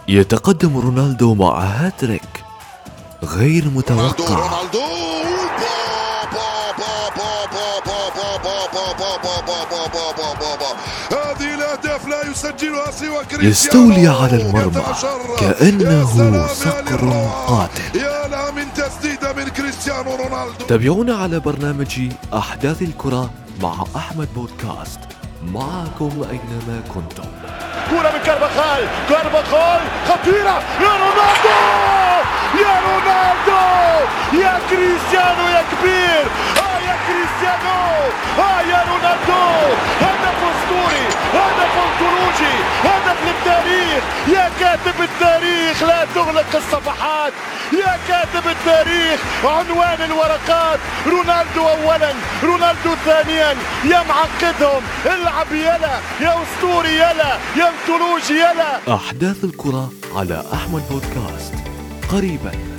يتقدم رونالدو مع هاتريك غير متوقع. هذه الأهداف لا يسجلها سوى كريستيانو. يستولي على المرمى كأنه صقر قاتل. يا لها من تسديدة من كريستيانو رونالدو. تابعونا على برنامج أحداث الكرة مع أحمد بودكاست، معكم أينما كنتم. كرة من كارفاخال خطيرة يا رونالدو، يا رونالدو، يا كريستيانو يا كبير، يا كريستيانو، يا رونالدو، هدف اسطوري، هدف انطولوجي، هدف للتاريخ. يا كاتب التاريخ لا تغلق الصفحات، يا كاتب التاريخ عنوان الورقات. رونالدو اولا، رونالدو ثانيا، يا معقدهم العب يلا، يا اسطوري يلا، يا انطولوجي يلا. أحداث الكرة على أحمد بودكاست قريبا.